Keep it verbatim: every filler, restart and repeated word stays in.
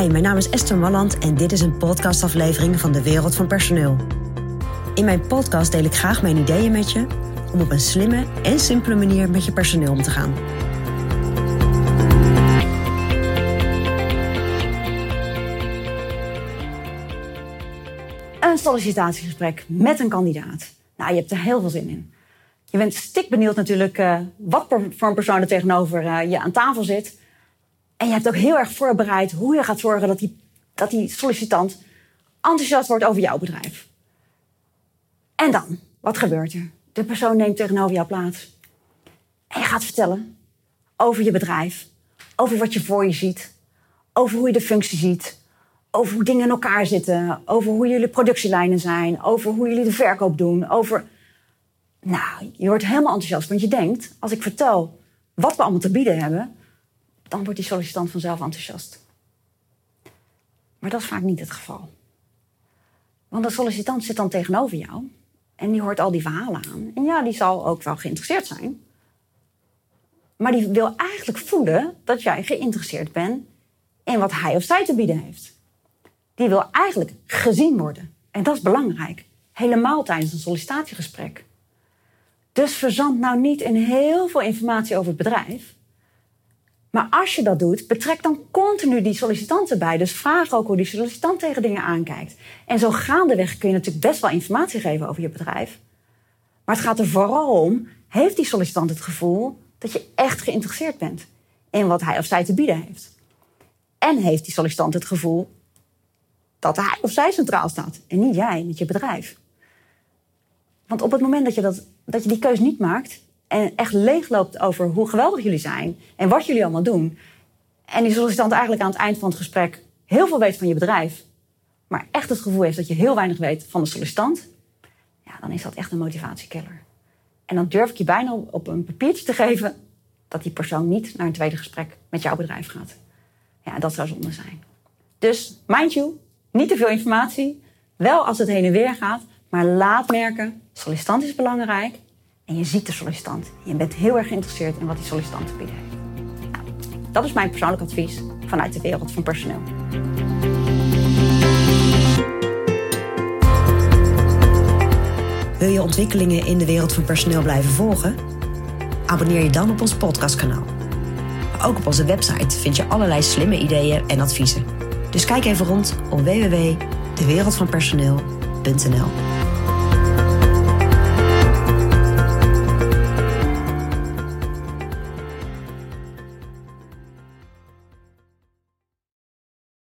Hi, mijn naam is Esther Malland en dit is een podcastaflevering van de Wereld van Personeel. In mijn podcast deel ik graag mijn ideeën met je om op een slimme en simpele manier met je personeel om te gaan. Een sollicitatiegesprek met een kandidaat. Nou, je hebt er heel veel zin in. Je bent stikbenieuwd natuurlijk uh, wat voor een persoon er tegenover uh, je aan tafel zit. En je hebt ook heel erg voorbereid hoe je gaat zorgen dat die, dat die sollicitant enthousiast wordt over jouw bedrijf. En dan, wat gebeurt er? De persoon neemt tegenover jou plaats. En je gaat vertellen over je bedrijf. Over wat je voor je ziet. Over hoe je de functie ziet. Over hoe dingen in elkaar zitten. Over hoe jullie productielijnen zijn. Over hoe jullie de verkoop doen. Over... Nou, je wordt helemaal enthousiast. Want je denkt, als ik vertel wat we allemaal te bieden hebben, dan wordt die sollicitant vanzelf enthousiast. Maar dat is vaak niet het geval. Want de sollicitant zit dan tegenover jou. En die hoort al die verhalen aan. En ja, die zal ook wel geïnteresseerd zijn. Maar die wil eigenlijk voelen dat jij geïnteresseerd bent in wat hij of zij te bieden heeft. Die wil eigenlijk gezien worden. En dat is belangrijk. Helemaal tijdens een sollicitatiegesprek. Dus verzand nou niet in heel veel informatie over het bedrijf. Maar als je dat doet, betrek dan continu die sollicitant erbij. Dus vraag ook hoe die sollicitant tegen dingen aankijkt. En zo gaandeweg kun je natuurlijk best wel informatie geven over je bedrijf. Maar het gaat er vooral om, heeft die sollicitant het gevoel dat je echt geïnteresseerd bent in wat hij of zij te bieden heeft? En heeft die sollicitant het gevoel dat hij of zij centraal staat en niet jij met je bedrijf? Want op het moment dat je, dat, dat je die keus niet maakt en echt leegloopt over hoe geweldig jullie zijn en wat jullie allemaal doen, en die sollicitant eigenlijk aan het eind van het gesprek heel veel weet van je bedrijf, maar echt het gevoel heeft dat je heel weinig weet van de sollicitant, ja, dan is dat echt een motivatiekiller. En dan durf ik je bijna op een papiertje te geven dat die persoon niet naar een tweede gesprek met jouw bedrijf gaat. Ja, dat zou zonde zijn. Dus, mind you, niet te veel informatie, wel als het heen en weer gaat, maar laat merken, sollicitant is belangrijk en je ziet de sollicitant. Je bent heel erg geïnteresseerd in wat die sollicitant te bieden heeft. Nou, dat is mijn persoonlijk advies vanuit de wereld van personeel. Wil je ontwikkelingen in de wereld van personeel blijven volgen? Abonneer je dan op ons podcastkanaal. Maar ook op onze website vind je allerlei slimme ideeën en adviezen. Dus kijk even rond op w w w punt de wereld van personeel punt n l.